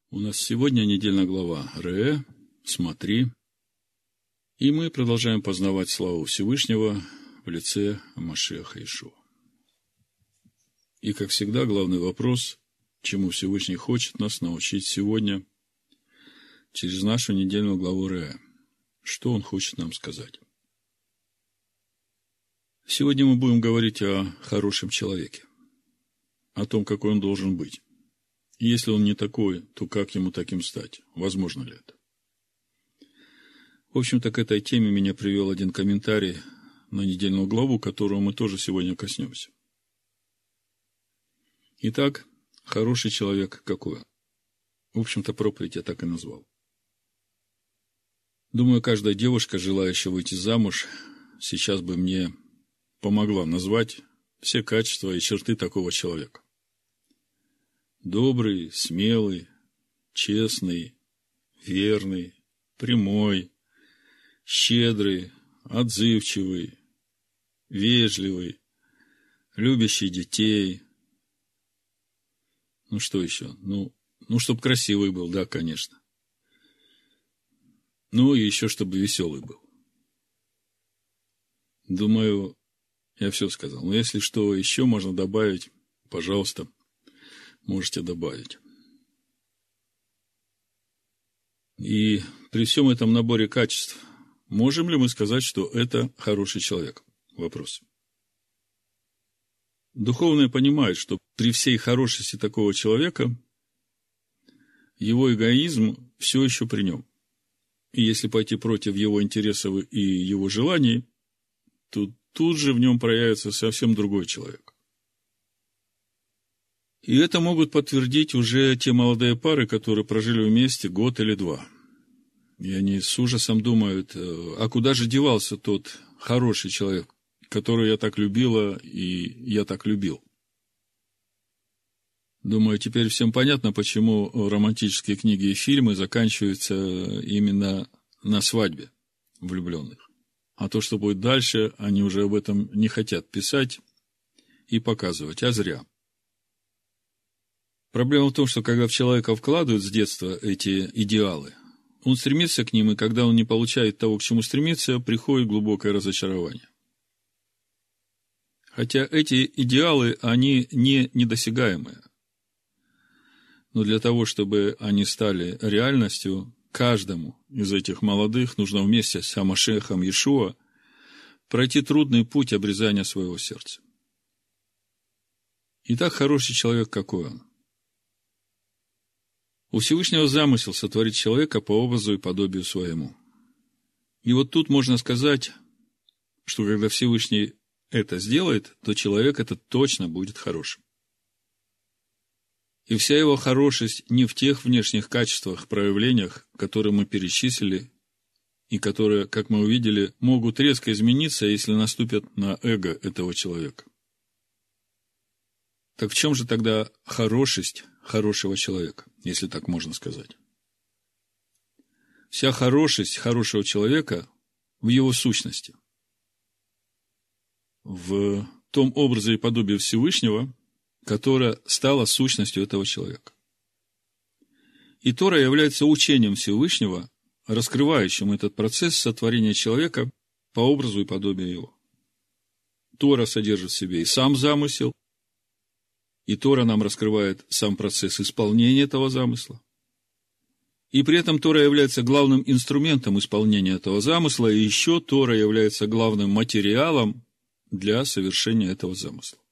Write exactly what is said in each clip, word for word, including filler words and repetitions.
У нас сегодня недельная глава Ре, смотри, и мы продолжаем познавать славу Всевышнего в лице Машиаха Иешуа. И, как всегда, главный вопрос, чему Всевышний хочет нас научить сегодня через нашу недельную главу Ре. Что он хочет нам сказать? Сегодня мы будем говорить о хорошем человеке, о том, какой он должен быть. И если он не такой, то как ему таким стать? Возможно ли это? В общем-то, к этой теме меня привел один комментарий на недельную главу, которого мы тоже сегодня коснемся. Итак, хороший человек какой он? В общем-то, проповедь я так и назвал. Думаю, каждая девушка, желающая выйти замуж, сейчас бы мне помогла назвать все качества и черты такого человека. Добрый, смелый, честный, верный, прямой, щедрый, отзывчивый, вежливый, любящий детей. Ну, что еще? Ну, ну чтобы красивый был, да, конечно. Ну, и еще, чтобы веселый был. Думаю, я все сказал. Но если что еще можно добавить, пожалуйста, можете добавить. И при всем этом наборе качеств, можем ли мы сказать, что это хороший человек? Вопрос. Духовные понимают, что при всей хорошести такого человека его эгоизм все еще при нем. И если пойти против его интересов и его желаний, то тут же в нем проявится совсем другой человек. И это могут подтвердить уже те молодые пары, которые прожили вместе год или два. И они с ужасом думают, а куда же девался тот хороший человек, которого я так любила и я так любил? Думаю, теперь всем понятно, почему романтические книги и фильмы заканчиваются именно на свадьбе влюбленных. А то, что будет дальше, они уже об этом не хотят писать и показывать, а зря. Проблема в том, что когда в человека вкладывают с детства эти идеалы, он стремится к ним, и когда он не получает того, к чему стремится, приходит глубокое разочарование. Хотя эти идеалы, они не недосягаемые. Но для того, чтобы они стали реальностью, каждому из этих молодых нужно вместе с Машиахом Иешуа пройти трудный путь обрезания своего сердца. Итак, хороший человек какой он? У Всевышнего замысел сотворить человека по образу и подобию своему. И вот тут можно сказать, что когда Всевышний это сделает, то человек этот точно будет хорошим. И вся его хорошесть не в тех внешних качествах, проявлениях, которые мы перечислили, и которые, как мы увидели, могут резко измениться, если наступят на эго этого человека. Так в чем же тогда хорошесть хорошего человека, если так можно сказать? Вся хорошесть хорошего человека в его сущности, в том образе и подобии Всевышнего, которая стала сущностью этого человека. И Тора является учением Всевышнего, раскрывающим этот процесс сотворения человека по образу и подобию его. Тора содержит в себе и сам замысел, и Тора нам раскрывает сам процесс исполнения этого замысла. И при этом Тора является главным инструментом исполнения этого замысла, и еще Тора является главным материалом для совершения этого замысла.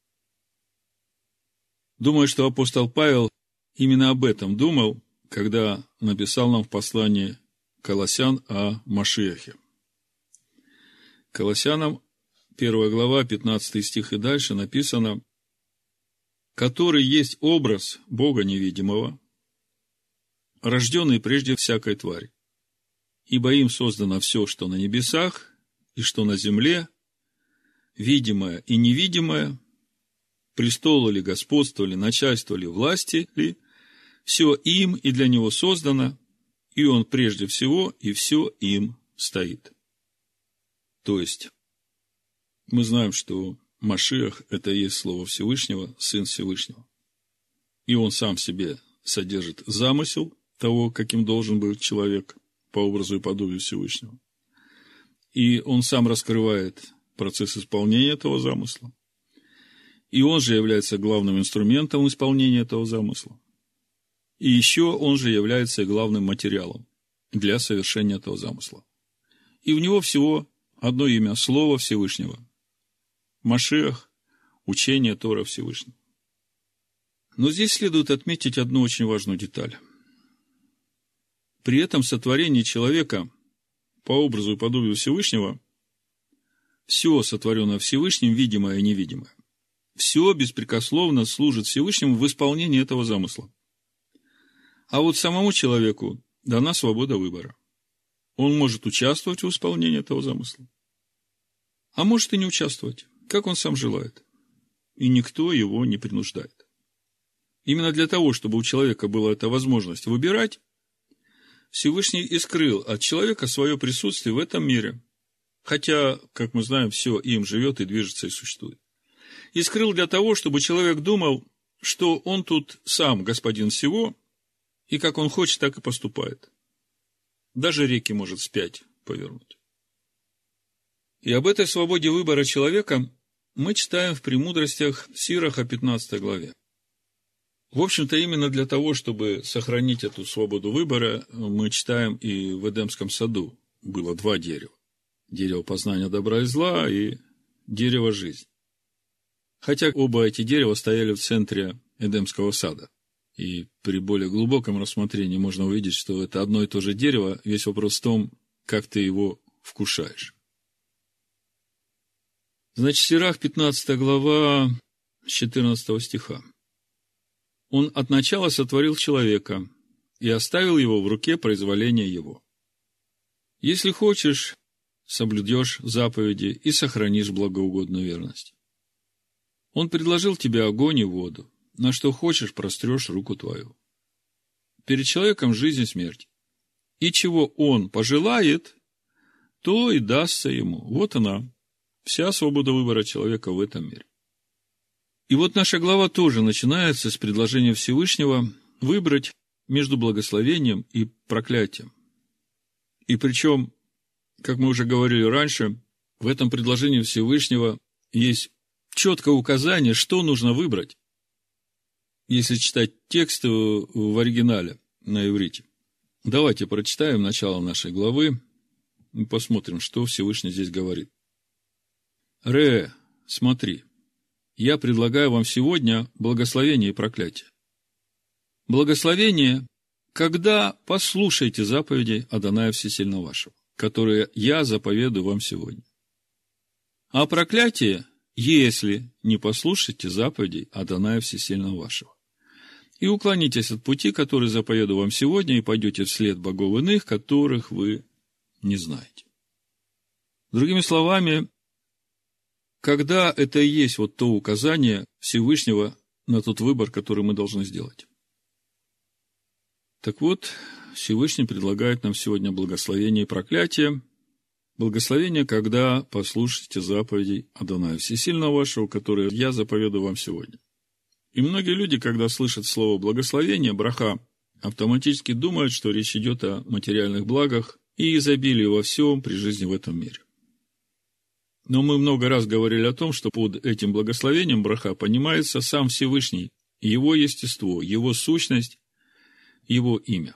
Думаю, что апостол Павел именно об этом думал, когда написал нам в послании Колоссян о Машиахе. Колоссянам, первая глава, пятнадцатый стих и дальше написано: «Который есть образ Бога невидимого, рожденный прежде всякой твари, ибо им создано все, что на небесах и что на земле, видимое и невидимое, престолы ли, господство ли, начальство ли, власти ли, все им и для него создано, и он прежде всего, и все им стоит». То есть, мы знаем, что Машиах – это и есть Слово Всевышнего, Сын Всевышнего. И он сам в себе содержит замысел того, каким должен быть человек по образу и подобию Всевышнего. И он сам раскрывает процесс исполнения этого замысла. И он же является главным инструментом исполнения этого замысла. И еще он же является главным материалом для совершения этого замысла. И у него всего одно имя – Слово Всевышнего. Машиах, учение Тора Всевышнего. Но здесь следует отметить одну очень важную деталь. При этом сотворении человека по образу и подобию Всевышнего все сотворенное Всевышним, видимое и невидимое, все беспрекословно служит Всевышнему в исполнении этого замысла. А вот самому человеку дана свобода выбора. Он может участвовать в исполнении этого замысла, а может и не участвовать, как он сам желает. И никто его не принуждает. Именно для того, чтобы у человека была эта возможность выбирать, Всевышний и скрыл от человека свое присутствие в этом мире, хотя, как мы знаем, все им живет и движется и существует. И скрыл для того, чтобы человек думал, что он тут сам господин всего, и как он хочет, так и поступает. Даже реки может вспять повернуть. И об этой свободе выбора человека мы читаем в «Премудростях» Сираха пятнадцатой главе. В общем-то, именно для того, чтобы сохранить эту свободу выбора, мы читаем и в Эдемском саду было два дерева. Дерево познания добра и зла и дерево жизни. Хотя оба эти дерева стояли в центре Эдемского сада. И при более глубоком рассмотрении можно увидеть, что это одно и то же дерево. Весь вопрос в том, как ты его вкушаешь. Значит, Сирах пятнадцатая глава, с четырнадцатого стиха. Он от начала сотворил человека и оставил его в руке произволения его. Если хочешь, соблюдешь заповеди и сохранишь благоугодную верность. Он предложил тебе огонь и воду, на что хочешь, прострешь руку твою. Перед человеком жизнь и смерть. И чего он пожелает, то и дастся ему. Вот она, вся свобода выбора человека в этом мире. И вот наша глава тоже начинается с предложения Всевышнего выбрать между благословением и проклятием. И причем, как мы уже говорили раньше, в этом предложении Всевышнего есть четкое указание, что нужно выбрать, если читать текст в оригинале на иврите. Давайте прочитаем начало нашей главы и посмотрим, что Всевышний здесь говорит. Ре, смотри. Я предлагаю вам сегодня благословение и проклятие. Благословение, когда послушаете заповеди Адоная Всесильного вашего, которые я заповедую вам сегодня. А проклятие, если не послушаете заповедей Адоная Всесильного вашего. И уклонитесь от пути, который заповедую вам сегодня, и пойдете вслед богов иных, которых вы не знаете. Другими словами, когда это и есть вот то указание Всевышнего на тот выбор, который мы должны сделать. Так вот, Всевышний предлагает нам сегодня благословение и проклятие. Благословение, когда послушаете заповедей Адоная Всесильного вашего, которые я заповедую вам сегодня. И многие люди, когда слышат слово благословение, браха, автоматически думают, что речь идет о материальных благах и изобилии во всем при жизни в этом мире. Но мы много раз говорили о том, что под этим благословением браха понимается сам Всевышний, его естество, его сущность, его имя.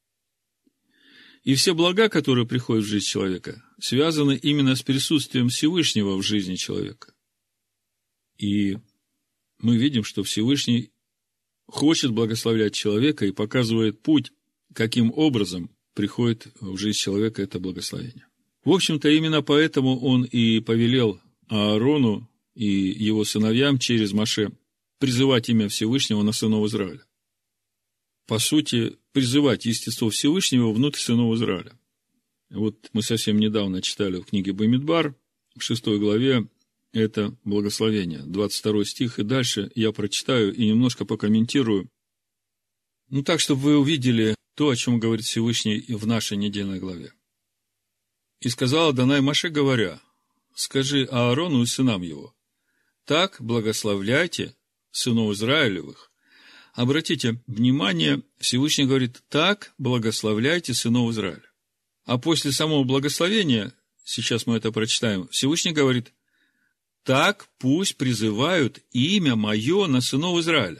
И все блага, которые приходят в жизнь человека, связаны именно с присутствием Всевышнего в жизни человека. И мы видим, что Всевышний хочет благословлять человека и показывает путь, каким образом приходит в жизнь человека это благословение. В общем-то, именно поэтому он и повелел Аарону и его сыновьям через Моше призывать имя Всевышнего на сынов Израиля. По сути, призывать естество Всевышнего внутрь сынов Израиля. Вот мы совсем недавно читали в книге Бамидбар, в шестой главе, это благословение, двадцать второй стих, и дальше я прочитаю и немножко покомментирую. Ну, так, чтобы вы увидели то, о чем говорит Всевышний в нашей недельной главе. И сказал Адонай Моше, говоря, скажи Аарону и сынам его, так благословляйте сынов Израилевых, Обратите внимание, Всевышний говорит: так благословляйте сынов Израиля. А после самого благословения, сейчас мы это прочитаем, Всевышний говорит: так пусть призывают имя мое на сынов Израиля.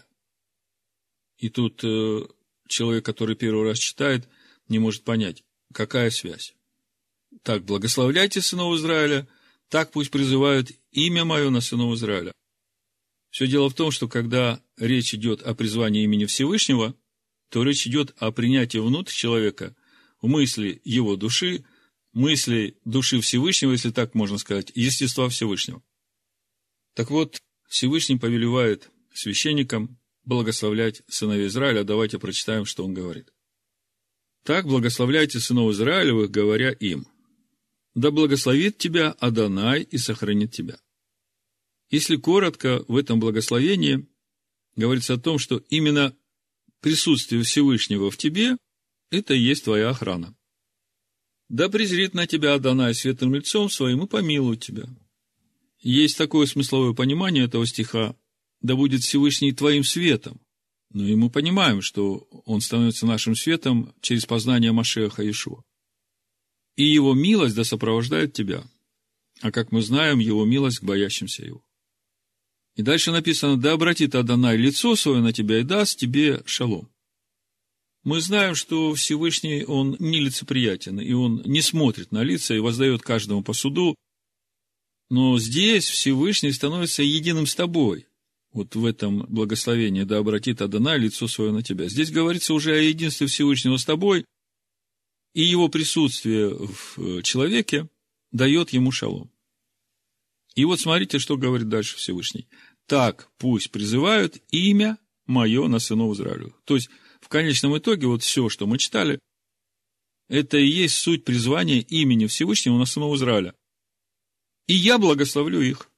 И тут э, человек, который первый раз читает, не может понять, какая связь. Так благословляйте сынов Израиля, так пусть призывают имя мое на сынов Израиля. Все дело в том, что когда речь идет о призвании имени Всевышнего, то речь идет о принятии внутрь человека в мысли его души, мысли души Всевышнего, если так можно сказать, естества Всевышнего. Так вот, Всевышний повелевает священникам благословлять сыновей Израиля. Давайте прочитаем, что он говорит. Так благословляйте сынов Израилевых, говоря им: да благословит тебя Адонай и сохранит тебя. Если коротко, в этом благословении говорится о том, что именно присутствие Всевышнего в тебе – это и есть твоя охрана. Да презрит на тебя Адонай светлым лицом своим и помилует тебя. Есть такое смысловое понимание этого стиха: да будет Всевышний твоим светом. Но и мы понимаем, что он становится нашим светом через познание Машиаха Иешуа. И его милость да сопровождает тебя. А как мы знаем, его милость к боящимся его. И дальше написано: да обратит Адонай лицо свое на тебя и даст тебе шалом. Мы знаем, что Всевышний, он нелицеприятен, и он не смотрит на лица и воздает каждому по суду. Но здесь Всевышний становится единым с тобой. Вот в этом благословении: да обратит Адонай лицо свое на тебя. Здесь говорится уже о единстве Всевышнего с тобой, и его присутствие в человеке дает ему шалом. И вот смотрите, что говорит дальше Всевышний. Так пусть призывают имя мое на сынов Израилю. То есть, в конечном итоге, вот все, что мы читали, это и есть суть призвания имени Всевышнего на сынов Израиля. И я благословлю их.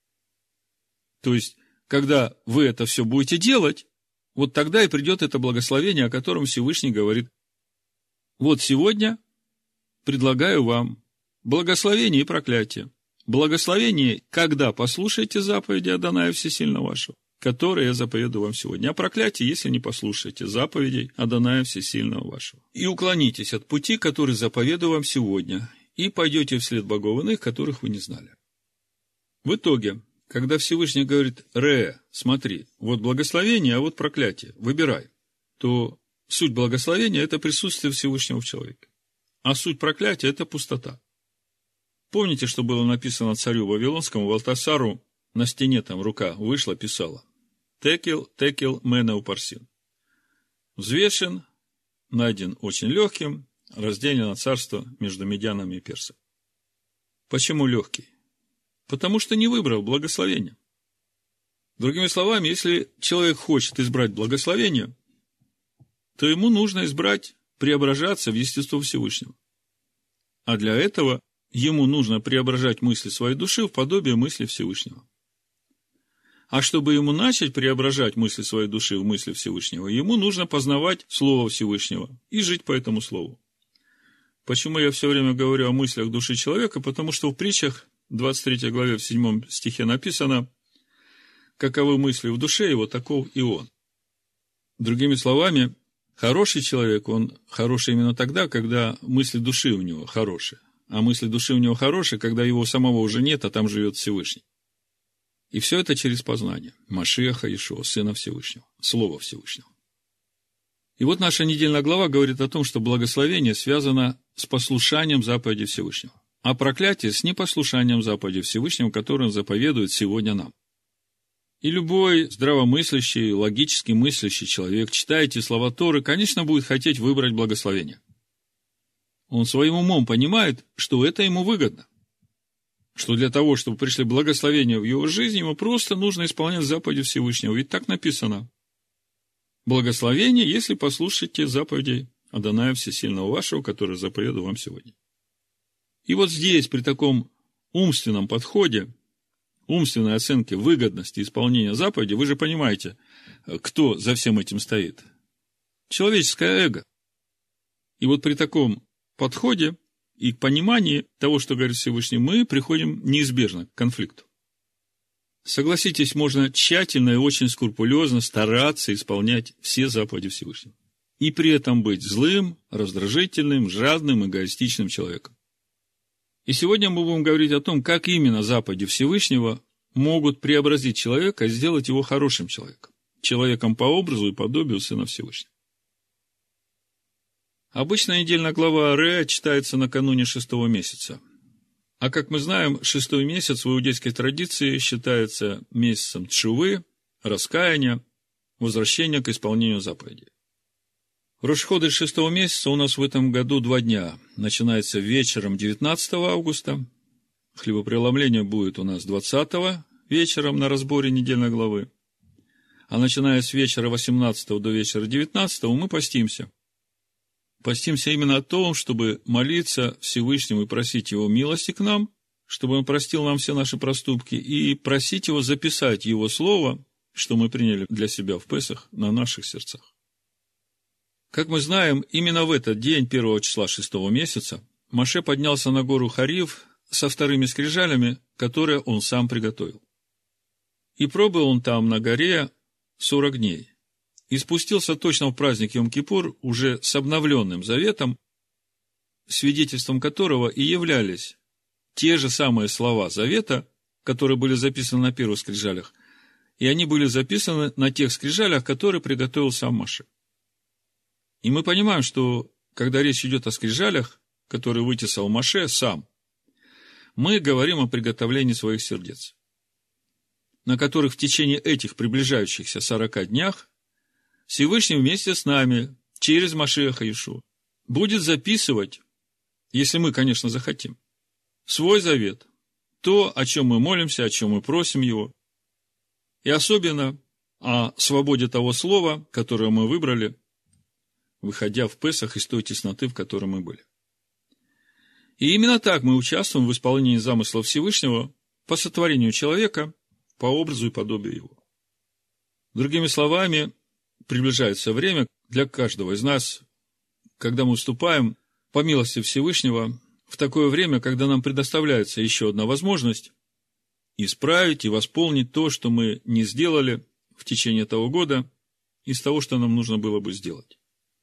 То есть, когда вы это все будете делать, вот тогда и придет это благословение, о котором Всевышний говорит: вот сегодня предлагаю вам благословение и проклятие. Благословение, когда послушаете заповеди Адоная Всесильного вашего, которые я заповедую вам сегодня. А проклятие, если не послушаете заповедей Адоная Всесильного вашего. И уклонитесь от пути, который заповедую вам сегодня, и пойдете вслед богов иных, которых вы не знали. В итоге, когда Всевышний говорит: Ре, смотри, вот благословение, а вот проклятие, выбирай, то суть благословения – это присутствие Всевышнего в человеке. А суть проклятия – это пустота. Помните, что было написано царю Вавилонскому, Валтасару, на стене там рука вышла, писала: Текел, текел, мена упарсин. Взвешен, найден очень легким, разделено царство между медянами и персами. Почему легкий? Потому что не выбрал благословение. Другими словами, если человек хочет избрать благословение, то ему нужно избрать преображаться в естество Всевышнего. А для этого ему нужно преображать мысли своей души в подобие мысли Всевышнего. А чтобы ему начать преображать мысли своей души в мысли Всевышнего, ему нужно познавать Слово Всевышнего и жить по этому Слову. Почему я все время говорю о мыслях души человека? Потому что в притчах, двадцать третьей главе, в седьмом стихе написано: каковы мысли в душе его, таков и он. Другими словами, хороший человек, он хороший именно тогда, когда мысли души у него хорошие. А мысли души у него хорошие, когда его самого уже нет, а там живет Всевышний. И все это через познание Машиаха Иешуа, Сына Всевышнего, Слова Всевышнего. И вот наша недельная глава говорит о том, что благословение связано с послушанием заповеди Всевышнего, а проклятие с непослушанием заповеди Всевышнего, которое он заповедует сегодня нам. И любой здравомыслящий, логически мыслящий человек, читая эти слова Торы, конечно, будет хотеть выбрать благословение. Он своим умом понимает, что это ему выгодно. Что для того, чтобы пришли благословения в его жизнь, ему просто нужно исполнять заповеди Всевышнего. Ведь так написано: благословение, если послушаете заповедей Адоная Всесильного вашего, который заповедую вам сегодня. И вот здесь, при таком умственном подходе, умственной оценке выгодности исполнения заповеди, вы же понимаете, кто за всем этим стоит. Человеческое эго. И вот при таком подходе и к пониманию того, что говорит Всевышний, мы приходим неизбежно к конфликту. Согласитесь, можно тщательно и очень скрупулезно стараться исполнять все заповеди Всевышнего. И при этом быть злым, раздражительным, жадным, эгоистичным человеком. И сегодня мы будем говорить о том, как именно заповеди Всевышнего могут преобразить человека и сделать его хорошим человеком. Человеком по образу и подобию Сына Всевышнего. Обычно недельная глава Ре читается накануне шестого месяца. А как мы знаем, шестой месяц в иудейской традиции считается месяцем тшувы, раскаяния, возвращения к исполнению заповедей. Рош ходеш шестого месяца у нас в этом году два дня. Начинается вечером девятнадцатого августа. Хлебопреломление будет у нас двадцатого вечером на разборе недельной главы. А начиная с вечера восемнадцатого до вечера девятнадцатого мы постимся. Постимся именно о том, чтобы молиться Всевышнему и просить Его милости к нам, чтобы Он простил нам все наши проступки, и просить Его записать Его Слово, что мы приняли для себя в Песах, на наших сердцах. Как мы знаем, именно в этот день, первого числа шестого месяца, Моше поднялся на гору Харив со вторыми скрижалями, которые он сам приготовил. И пробыл он там на горе сорок дней. И спустился точно в праздник Йом-Кипур уже с обновленным заветом, свидетельством которого и являлись те же самые слова завета, которые были записаны на первых скрижалях, и они были записаны на тех скрижалях, которые приготовил сам Моше. И мы понимаем, что когда речь идет о скрижалях, которые вытесал Моше сам, мы говорим о приготовлении своих сердец, на которых в течение этих приближающихся сорока днях Всевышний вместе с нами, через Машиаха Иешуа, будет записывать, если мы, конечно, захотим, свой завет, то, о чем мы молимся, о чем мы просим Его, и особенно о свободе того слова, которое мы выбрали, выходя в Песах из той тесноты, в которой мы были. И именно так мы участвуем в исполнении замысла Всевышнего по сотворению человека, по образу и подобию его. Другими словами, приближается время для каждого из нас, когда мы вступаем, по милости Всевышнего, в такое время, когда нам предоставляется еще одна возможность исправить и восполнить то, что мы не сделали в течение того года, из того, что нам нужно было бы сделать.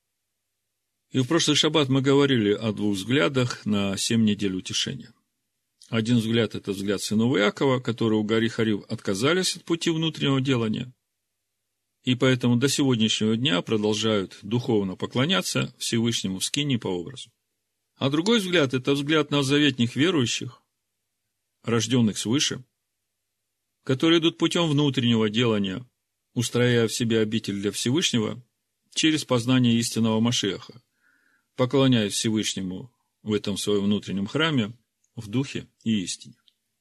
И в прошлый шаббат мы говорили о двух взглядах на семь недель утешения. Один взгляд – это взгляд сынов Иакова, которые у горы Харив отказались от пути внутреннего делания, и поэтому до сегодняшнего дня продолжают духовно поклоняться Всевышнему в скинии по образу. А другой взгляд – это взгляд новозаветних верующих, рожденных свыше, которые идут путем внутреннего делания, устрояя в себе обитель для Всевышнего через познание истинного Машиаха, поклоняясь Всевышнему в этом своем внутреннем храме, в духе и истине.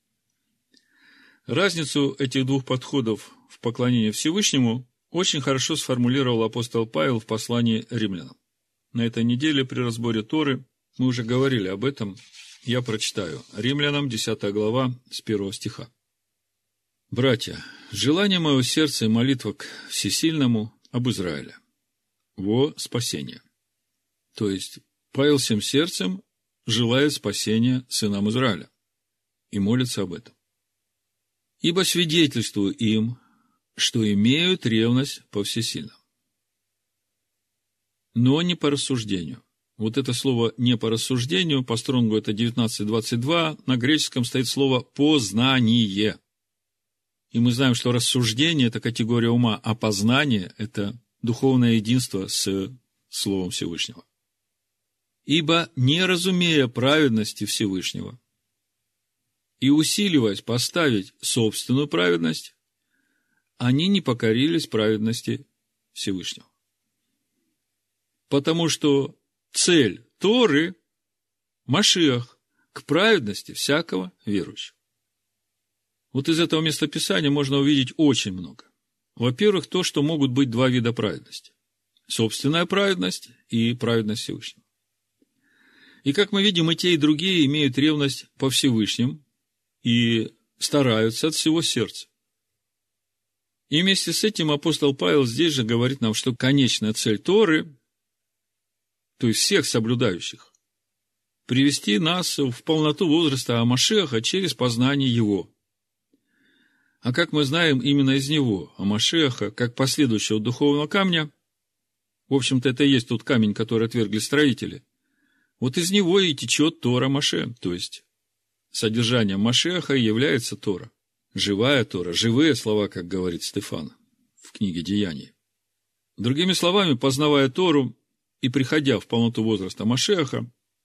Разницу этих двух подходов в поклонении Всевышнему очень хорошо сформулировал апостол Павел в послании римлянам. На этой неделе при разборе Торы мы уже говорили об этом. Я прочитаю. Римлянам, десятая глава, с первого стиха. «Братья, желание моего сердца и молитва к Всесильному об Израиле, во спасение». То есть, Павел всем сердцем желает спасения сынам Израиля и молится об этом. «Ибо свидетельствую им, что имеют ревность по всесильному, но не по рассуждению». Вот это слово «не по рассуждению», по Стронгу это девятнадцать двадцать два, на греческом стоит слово «познание». И мы знаем, что рассуждение – это категория ума, а познание – это духовное единство с Словом Всевышнего. «Ибо, не разумея праведности Всевышнего и усиливаясь поставить собственную праведность, они не покорились праведности Всевышнего». Потому что цель Торы – Машиах, к праведности всякого верующего. Вот из этого местописания можно увидеть очень много. Во-первых, то, что могут быть два вида праведности. Собственная праведность и праведность Всевышнего. И, как мы видим, и те, и другие имеют ревность по Всевышнему и стараются от всего сердца. И вместе с этим апостол Павел здесь же говорит нам, что конечная цель Торы, то есть всех соблюдающих, привести нас в полноту возраста Машиаха через познание Его. А как мы знаем, именно из него, а Машиаха, как последующего духовного камня, в общем-то, это и есть тот камень, который отвергли строители, вот из него и течет Тора Моше, то есть содержанием Машиаха и является Тора. Живая Тора, живые слова, как говорит Стефан в книге Деяний. Другими словами, познавая Тору и приходя в полноту возраста Машиаха,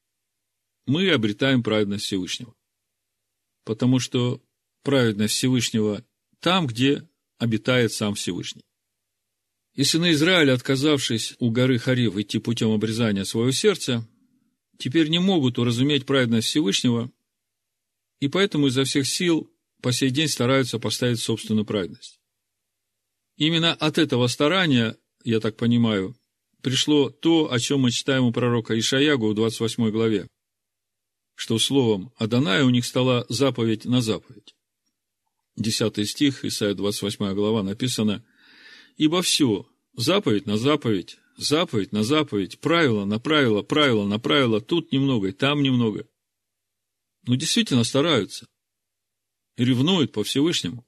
мы обретаем праведность Всевышнего. Потому что праведность Всевышнего там, где обитает сам Всевышний. И сыны Израиля, отказавшись у горы Хорев идти путем обрезания своего сердца, теперь не могут уразуметь праведность Всевышнего, и поэтому изо всех сил по сей день стараются поставить собственную праведность. Именно от этого старания, я так понимаю, пришло то, о чем мы читаем у пророка Ишайягу в двадцать восьмой главе, что словом Адоная у них стала заповедь на заповедь. Десятый стих, Исайя двадцать восьмая глава, написано: «Ибо все, заповедь на заповедь, заповедь на заповедь, правило на правило, правило на правило, тут немного и там немного». Ну, действительно стараются, ревнуют по Всевышнему,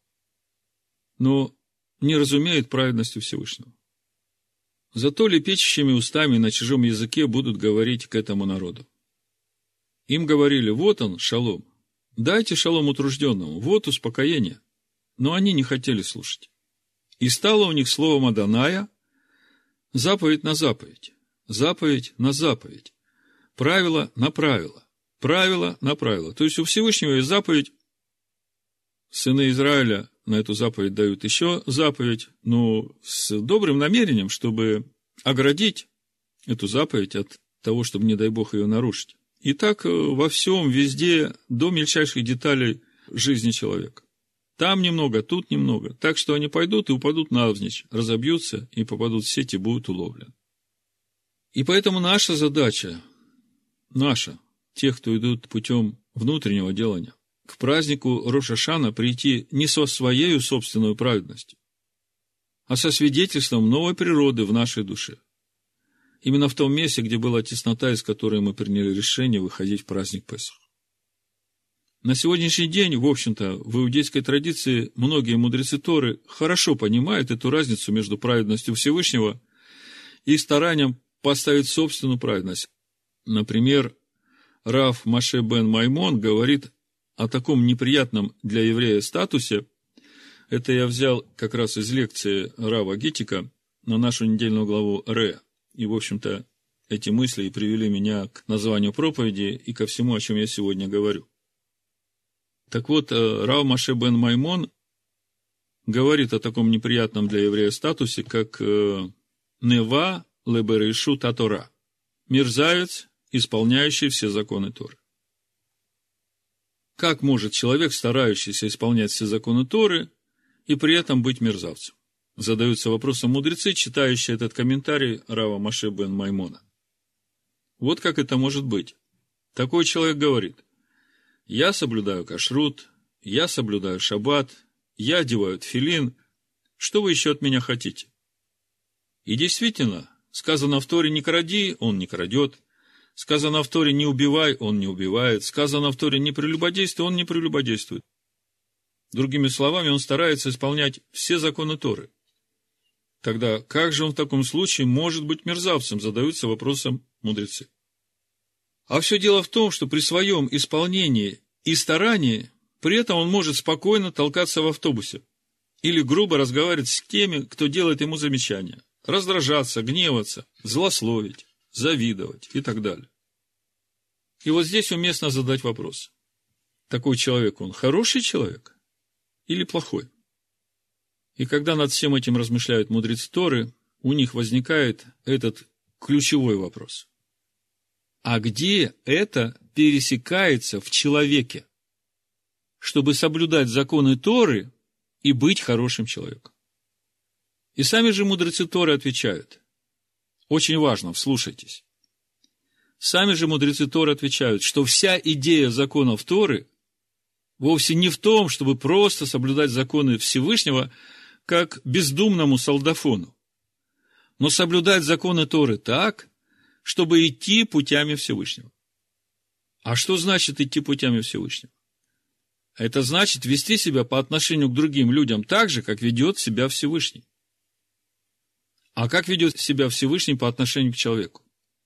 но не разумеют праведности Всевышнего. Зато лепечущими устами на чужом языке будут говорить к этому народу. Им говорили: вот он, шалом, дайте шалом утружденному, вот успокоение. Но они не хотели слушать. И стало у них словом Адоная заповедь на заповедь, заповедь на заповедь, правило на правило, правило на правило. То есть у Всевышнего есть заповедь, сыны Израиля на эту заповедь дают еще заповедь, но с добрым намерением, чтобы оградить эту заповедь от того, чтобы, не дай Бог, ее нарушить. И так во всем, везде, до мельчайших деталей жизни человека. Там немного, тут немного. Так что они пойдут и упадут навзничь, разобьются и попадут в сеть и будут уловлены. И поэтому наша задача, наша, тех, кто идут путем внутреннего делания, к празднику Рош ха-Шана прийти не со своей собственной праведностью, а со свидетельством новой природы в нашей душе. Именно в том месте, где была теснота, из которой мы приняли решение выходить в праздник Песах. На сегодняшний день, в общем-то, в иудейской традиции многие мудрецы Торы хорошо понимают эту разницу между праведностью Всевышнего и старанием поставить собственную праведность. Например, Рав Моше бен Маймон говорит о таком неприятном для еврея статусе. Это я взял как раз из лекции Рава Гитика на нашу недельную главу Ре. И, в общем-то, эти мысли и привели меня к названию проповеди и ко всему, о чем я сегодня говорю. Так вот, Рав Моше бен Маймон говорит о таком неприятном для еврея статусе, как «нева леберешу татора» – мерзавец, исполняющий все законы Торы. Как может человек, старающийся исполнять все законы Торы, и при этом быть мерзавцем? Задаются вопросом мудрецы, читающие этот комментарий Рава Моше бен Маймона. Вот как это может быть. Такой человек говорит: я соблюдаю кашрут, я соблюдаю шаббат, я одеваю тфилин, что вы еще от меня хотите? И действительно, сказано в Торе не кради, он не крадет, сказано в Торе не убивай, он не убивает, сказано в Торе не прелюбодействуй, он не прелюбодействует. Другими словами, он старается исполнять все законы Торы. Тогда как же он в таком случае может быть мерзавцем, задаются вопросом мудрецы. А все дело в том, что при своем исполнении и старании, при этом он может спокойно толкаться в автобусе или грубо разговаривать с теми, кто делает ему замечания, раздражаться, гневаться, злословить, завидовать и так далее. И вот здесь уместно задать вопрос. Такой человек, он хороший человек или плохой? И когда над всем этим размышляют мудрецы Торы, у них возникает этот ключевой вопрос. А где это пересекается в человеке, чтобы соблюдать законы Торы и быть хорошим человеком? И сами же мудрецы Торы отвечают. Очень важно, вслушайтесь. Сами же мудрецы Торы отвечают, что вся идея законов Торы вовсе не в том, чтобы просто соблюдать законы Всевышнего, как бездумному солдафону, но соблюдать законы Торы так, чтобы идти путями Всевышнего. А что значит идти путями Всевышнего? Это значит вести себя по отношению к другим людям так же, как ведет себя Всевышний. А как ведет себя Всевышний по отношению к человеку?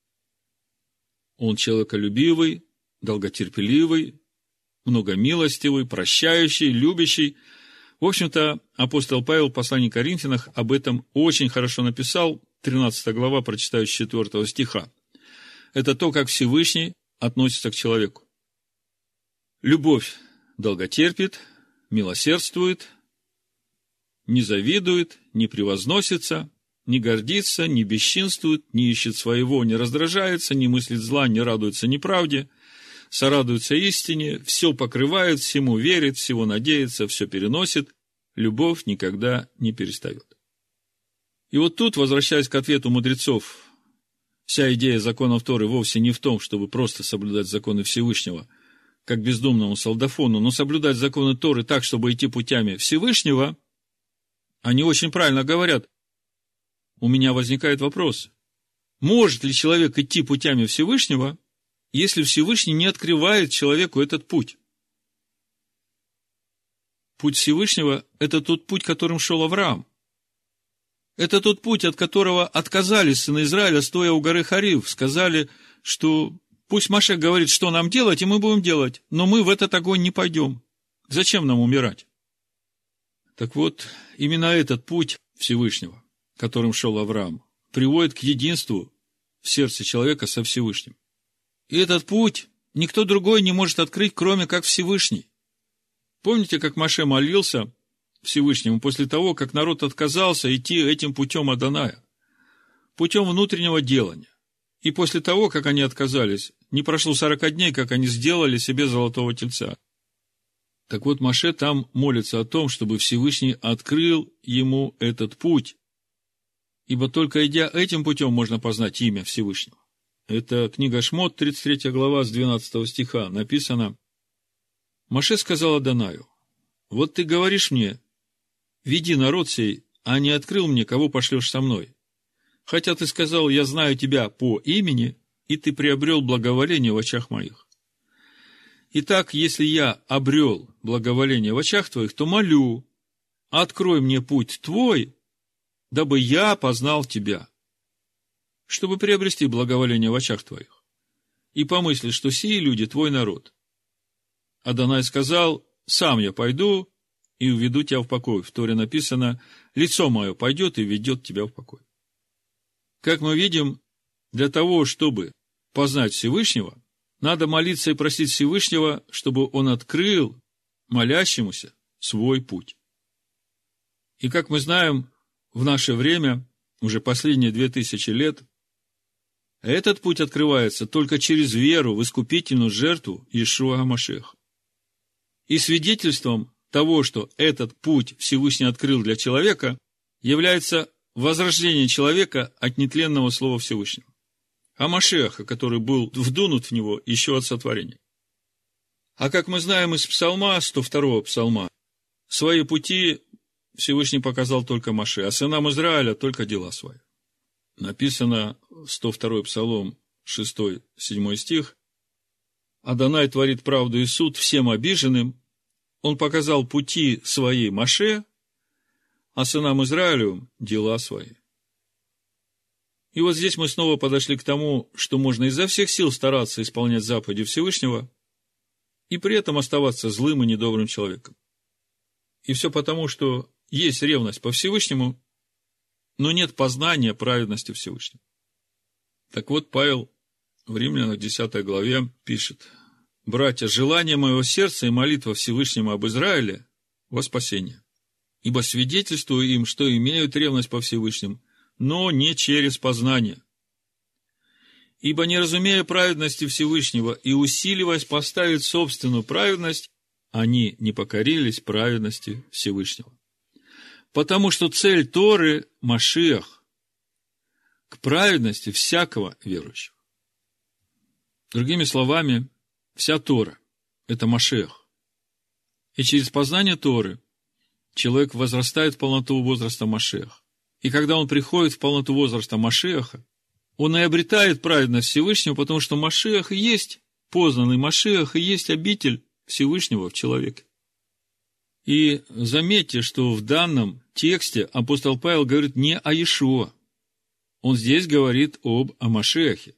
Он человеколюбивый, долготерпеливый, многомилостивый, прощающий, любящий. В общем-то, апостол Павел в послании к Коринфянам об этом очень хорошо написал, тринадцатая глава, прочитаю с четвёртого стиха. Это то, как Всевышний относится к человеку. Любовь долготерпит, милосердствует, не завидует, не превозносится, не гордится, не бесчинствует, не ищет своего, не раздражается, не мыслит зла, не радуется неправде, сорадуется истине, все покрывает, всему верит, всего надеется, все переносит, любовь никогда не перестает. И вот тут, возвращаясь к ответу мудрецов, вся идея законов Торы вовсе не в том, чтобы просто соблюдать законы Всевышнего, как бездумному солдафону, но соблюдать законы Торы так, чтобы идти путями Всевышнего. Они очень правильно говорят. У меня возникает вопрос, может ли человек идти путями Всевышнего, если Всевышний не открывает человеку этот путь? Путь Всевышнего – это тот путь, которым шел Авраам. Это тот путь, от которого отказались сыны Израиля, стоя у горы Хорив. Сказали, что пусть Машех говорит, что нам делать, и мы будем делать, но мы в этот огонь не пойдем. Зачем нам умирать? Так вот, именно этот путь Всевышнего, которым шел Авраам, приводит к единству в сердце человека со Всевышним. И этот путь никто другой не может открыть, кроме как Всевышний. Помните, как Моше молился Всевышнему после того, как народ отказался идти этим путем Адоная, путем внутреннего делания. И после того, как они отказались, не прошло сорока дней, как они сделали себе золотого тельца. Так вот, Моше там молится о том, чтобы Всевышний открыл ему этот путь, ибо только идя этим путем можно познать имя Всевышнего. Это книга Шмот, тридцать третья глава, с двенадцатого стиха, написано: Моше сказал Адонаю: вот ты говоришь мне, веди народ сей, а не открыл мне, кого пошлешь со мной. Хотя ты сказал, я знаю тебя по имени, и ты приобрел благоволение в очах моих. Итак, если я обрел благоволение в очах твоих, то молю, открой мне путь твой, дабы я познал тебя, чтобы приобрести благоволение в очах твоих. И помысли, что сии люди твой народ. Адонай сказал: сам я пойду и уведу тебя в покой. В Торе написано: лицо мое пойдет и ведет тебя в покой. Как мы видим, для того, чтобы познать Всевышнего, надо молиться и просить Всевышнего, чтобы он открыл молящемуся свой путь. И как мы знаем, в наше время, уже последние две тысячи лет, этот путь открывается только через веру в искупительную жертву Иешуа ха-Машиаха. И свидетельством того, что этот путь Всевышний открыл для человека, является возрождение человека от нетленного слова Всевышнего, а Машиаха, который был вдунут в него еще от сотворения. А как мы знаем из Псалма, сто второго Псалма, свои пути Всевышний показал только Моше, а сынам Израиля только дела свои. Написано, сто второй Псалом, шестой-седьмой стих: Адонай творит правду и суд всем обиженным, он показал пути свои Моше, а сынам Израилю дела свои. И вот здесь мы снова подошли к тому, что можно изо всех сил стараться исполнять заповеди Всевышнего и при этом оставаться злым и недобрым человеком. И все потому, что есть ревность по Всевышнему, но нет познания праведности Всевышнего. Так вот, Павел в Римлянах десятой главе пишет: «Братья, желание моего сердца и молитва Всевышнему об Израиле во спасение. Ибо свидетельствую им, что имеют ревность по Всевышнему, но не через познание. Ибо, не разумея праведности Всевышнего и усиливаясь поставить собственную праведность, они не покорились праведности Всевышнего. Потому что цель Торы – Машиах, к праведности всякого верующего». Другими словами, вся Тора – это Машиах. И через познание Торы человек возрастает в полноту возраста Машиаха. И когда он приходит в полноту возраста Машиаха, он и обретает праведность Всевышнего, потому что Машиах и есть познанный Машиах, и есть обитель Всевышнего в человеке. И заметьте, что в данном тексте апостол Павел говорит не о Иешуа. Он здесь говорит об Машиахе.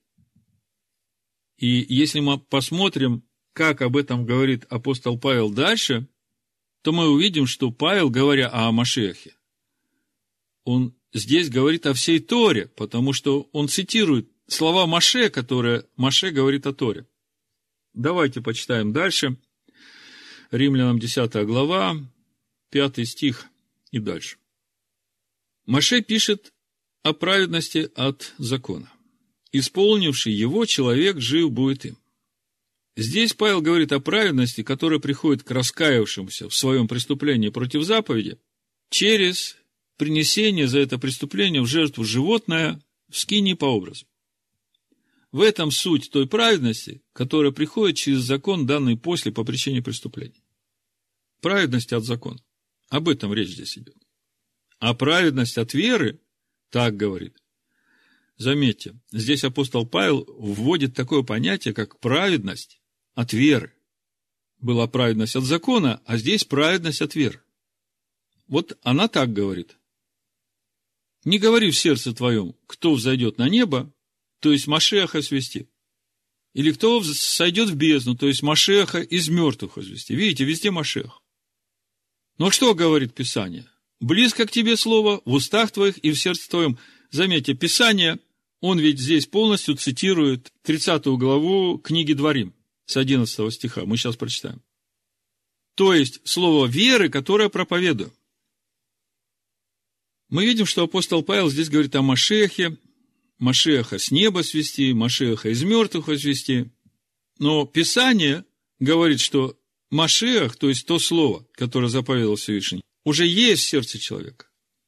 И если мы посмотрим, как об этом говорит апостол Павел дальше, то мы увидим, что Павел, говоря о Машиахе, он здесь говорит о всей Торе, потому что он цитирует слова Моше, которые Моше говорит о Торе. Давайте почитаем дальше. Римлянам десятая глава, пятый стих и дальше. Моше пишет о праведности от закона. Исполнивший его, человек жив будет им. Здесь Павел говорит о праведности, которая приходит к раскаявшемуся в своем преступлении против заповеди через принесение за это преступление в жертву животное в скинии по образу. В этом суть той праведности, которая приходит через закон, данный после по причине преступления. Праведность от закона. Об этом речь здесь идет. А праведность от веры, так говорит. Заметьте, здесь апостол Павел вводит такое понятие, как праведность от веры. Была праведность от закона, а здесь праведность от веры. Вот она так говорит. Не говори в сердце твоем, кто взойдет на небо, то есть Машиаха свести. Или кто сойдет в бездну, то есть Машиаха из мертвых возвести. Видите, везде Машиах. Но что говорит Писание? Близко к тебе слово, в устах твоих и в сердце твоем. Заметьте, Писание, он ведь здесь полностью цитирует тридцатую главу книги Дворим с одиннадцатого стиха. Мы сейчас прочитаем. То есть, слово веры, которое проповедую. Мы видим, что апостол Павел здесь говорит о Машиахе, Машиаха с неба свести, Машиаха из мертвых возвести. Но Писание говорит, что Машиах, то есть то слово, которое заповедал Всевышний, уже есть в сердце человека.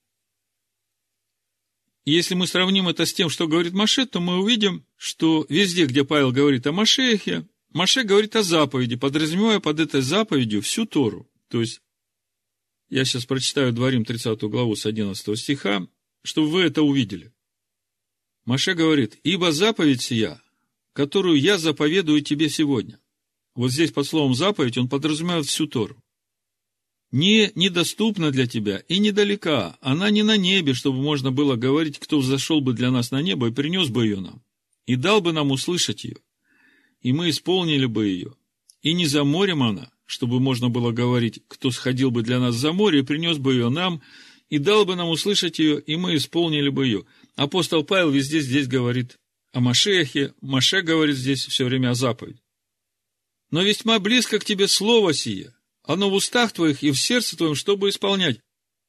И если мы сравним это с тем, что говорит Моше, то мы увидим, что везде, где Павел говорит о Машиахе, Моше говорит о заповеди, подразумевая под этой заповедью всю Тору. То есть, я сейчас прочитаю Дворим тридцатую главу с одиннадцатого стиха, чтобы вы это увидели. Моше говорит: «Ибо заповедь сия, которую я заповедую тебе сегодня». Вот здесь под словом «заповедь» он подразумевает всю Тору. «Не недоступна для тебя и недалека, она не на небе, чтобы можно было говорить, кто взошел бы для нас на небо и принес бы ее нам, и дал бы нам услышать ее, и мы исполнили бы ее. И не за морем она, чтобы можно было говорить, кто сходил бы для нас за море и принес бы ее нам, и дал бы нам услышать ее, и мы исполнили бы ее». Апостол Павел везде здесь говорит о Машиахе, Моше говорит здесь все время о заповеди. «Но весьма близко к тебе слово сие, оно в устах твоих и в сердце твоем, чтобы исполнять».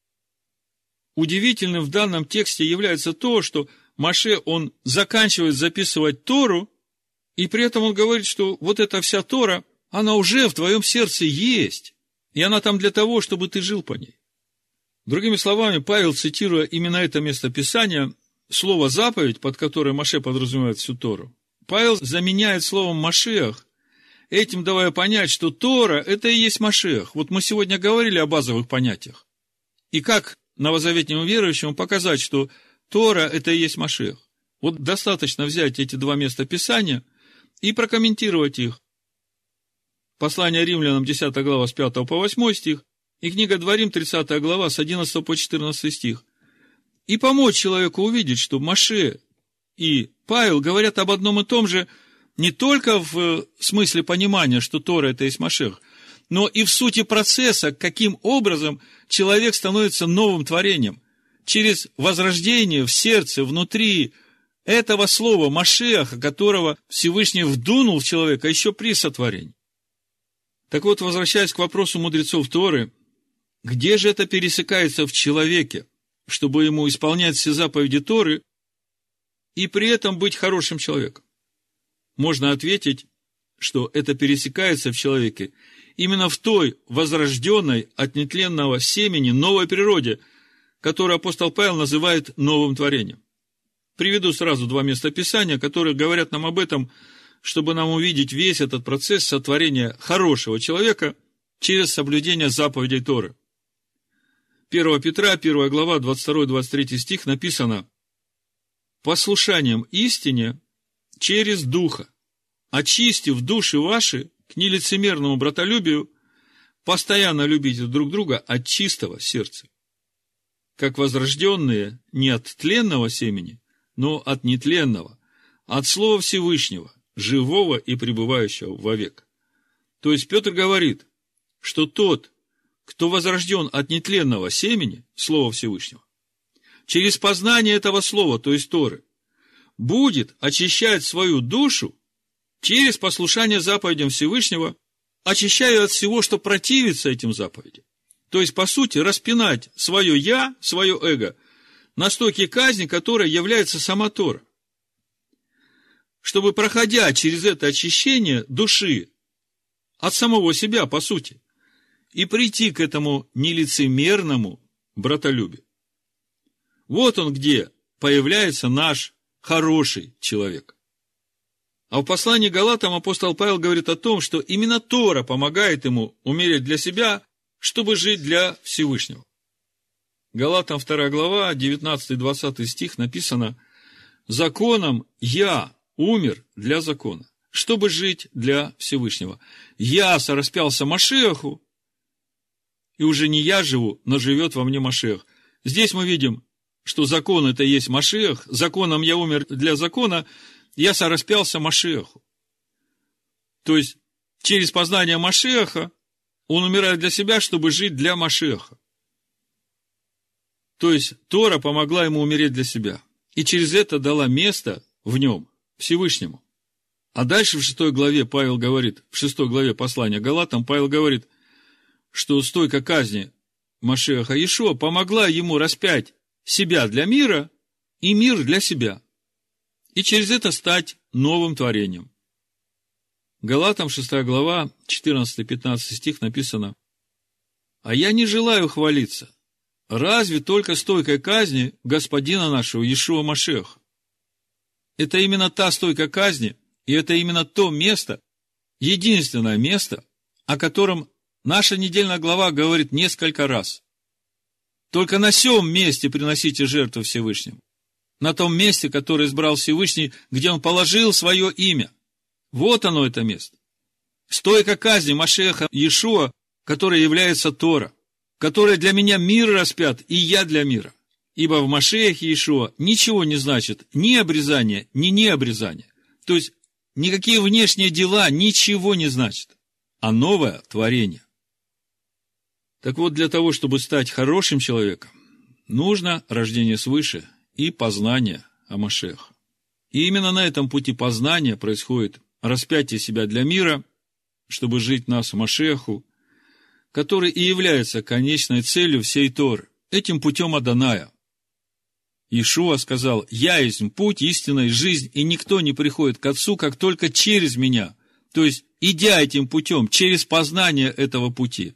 Удивительным в данном тексте является то, что Моше, он заканчивает записывать Тору, и при этом он говорит, что вот эта вся Тора, она уже в твоем сердце есть, и она там для того, чтобы ты жил по ней. Другими словами, Павел, цитируя именно это место Писания, слово «заповедь», под которое Моше подразумевает всю Тору, Павел заменяет словом «Машиах», этим давая понять, что Тора – это и есть Машиах. Вот мы сегодня говорили о базовых понятиях. И как новозаветнему верующему показать, что Тора – это и есть Машиах? Вот достаточно взять эти два места Писания и прокомментировать их. Послание Римлянам, десятая глава, с пятого по восьмой стих, и книга Дворим, тридцатая глава, с одиннадцатого по четырнадцатый стих. И помочь человеку увидеть, что Моше и Павел говорят об одном и том же, не только в смысле понимания, что Тора – это есть Машиах, но и в сути процесса, каким образом человек становится новым творением. Через возрождение в сердце, внутри этого слова Машиаха, которого Всевышний вдунул в человека еще при сотворении. Так вот, возвращаясь к вопросу мудрецов Торы, где же это пересекается в человеке, чтобы ему исполнять все заповеди Торы и при этом быть хорошим человеком? Можно ответить, что это пересекается в человеке именно в той возрожденной от нетленного семени новой природе, которую апостол Павел называет новым творением. Приведу сразу два места Писания, которые говорят нам об этом, чтобы нам увидеть весь этот процесс сотворения хорошего человека через соблюдение заповедей Торы. первое Петра, первая глава, двадцать второй двадцать третий стих написано: «Послушанием истине через Духа, очистив души ваши к нелицемерному братолюбию, постоянно любите друг друга от чистого сердца, как возрожденные не от тленного семени, но от нетленного, от Слова Всевышнего, живого и пребывающего вовек. То есть Петр говорит, что тот, кто возрожден от нетленного семени, Слова Всевышнего, через познание этого слова, то есть Торы, будет очищать свою душу через послушание заповедям Всевышнего, очищая от всего, что противится этим заповедям. То есть, по сути, распинать свое «я», свое эго на стойке казни, которая является сама Тора. Чтобы, проходя через это очищение души от самого себя, по сути, и прийти к этому нелицемерному братолюбию. Вот он где появляется наш хороший человек. А в послании Галатам апостол Павел говорит о том, что именно Тора помогает ему умереть для себя, чтобы жить для Всевышнего. Галатам вторая глава, девятнадцатый-двадцатый стих написано: «Законом я умер для закона, чтобы жить для Всевышнего. Я сораспялся Машиаху, и уже не я живу, но живет во мне Машиах». Здесь мы видим, что закон – это и есть Машиах. Законом я умер для закона, я сораспялся Машиаху. То есть, через познание Машиаха он умирает для себя, чтобы жить для Машиаха. То есть, Тора помогла ему умереть для себя. И через это дала место в нем Всевышнему. А дальше в шестой главе Павел говорит, в шестой главе послания Галатам Павел говорит, что стойка казни Машиаха Иешуа помогла ему распять себя для мира и мир для себя. И через это стать новым творением. Галатам шестая глава, четырнадцатый-пятнадцатый стих написано: «А я не желаю хвалиться, разве только стойкой казни Господина нашего Иешуа Машиаха». Это именно та стойка казни, и это именно то место, единственное место, о котором наша недельная глава говорит несколько раз. Только на сем месте приносите жертву Всевышнему. На том месте, которое избрал Всевышний, где он положил свое имя. Вот оно, это место. Стойка казни Машиаха Иешуа, которая является Тора, которая для меня мир распят, и я для мира. Ибо в Машиахе Иешуа ничего не значит ни обрезание, ни необрезание. То есть, никакие внешние дела ничего не значат, а новое творение. Так вот, для того, чтобы стать хорошим человеком, нужно рождение свыше и познание о Машиахе. И именно на этом пути познания происходит распятие себя для мира, чтобы жить нас Машиаху, который и является конечной целью всей Торы, этим путем Аданая. Иешуа сказал: «Я есть путь, истина и жизнь, и никто не приходит к Отцу, как только через меня». То есть, идя этим путем, через познание этого пути.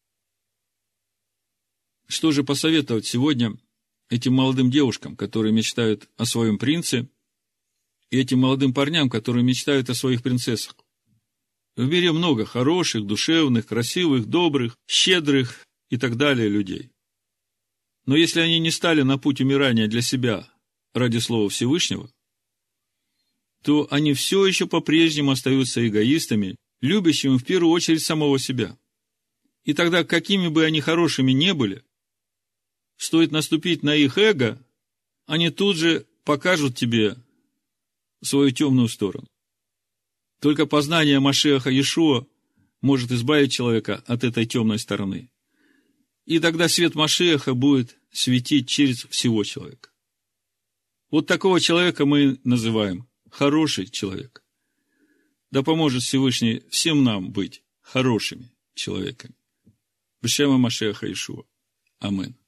Что же посоветовать сегодня этим молодым девушкам, которые мечтают о своем принце, и этим молодым парням, которые мечтают о своих принцессах? В мире много хороших, душевных, красивых, добрых, щедрых и так далее людей. Но если они не стали на путь умирания для себя ради Слова Всевышнего, то они все еще по-прежнему остаются эгоистами, любящими в первую очередь самого себя. И тогда, какими бы они хорошими не были, стоит наступить на их эго, они тут же покажут тебе свою темную сторону. Только познание Машиаха Иешуа может избавить человека от этой темной стороны. И тогда свет Машиаха будет светить через всего человека. Вот такого человека мы называем хороший человек. Да поможет Всевышний всем нам быть хорошими человеками. Б'Шем Машиаха Иешуа. Амин.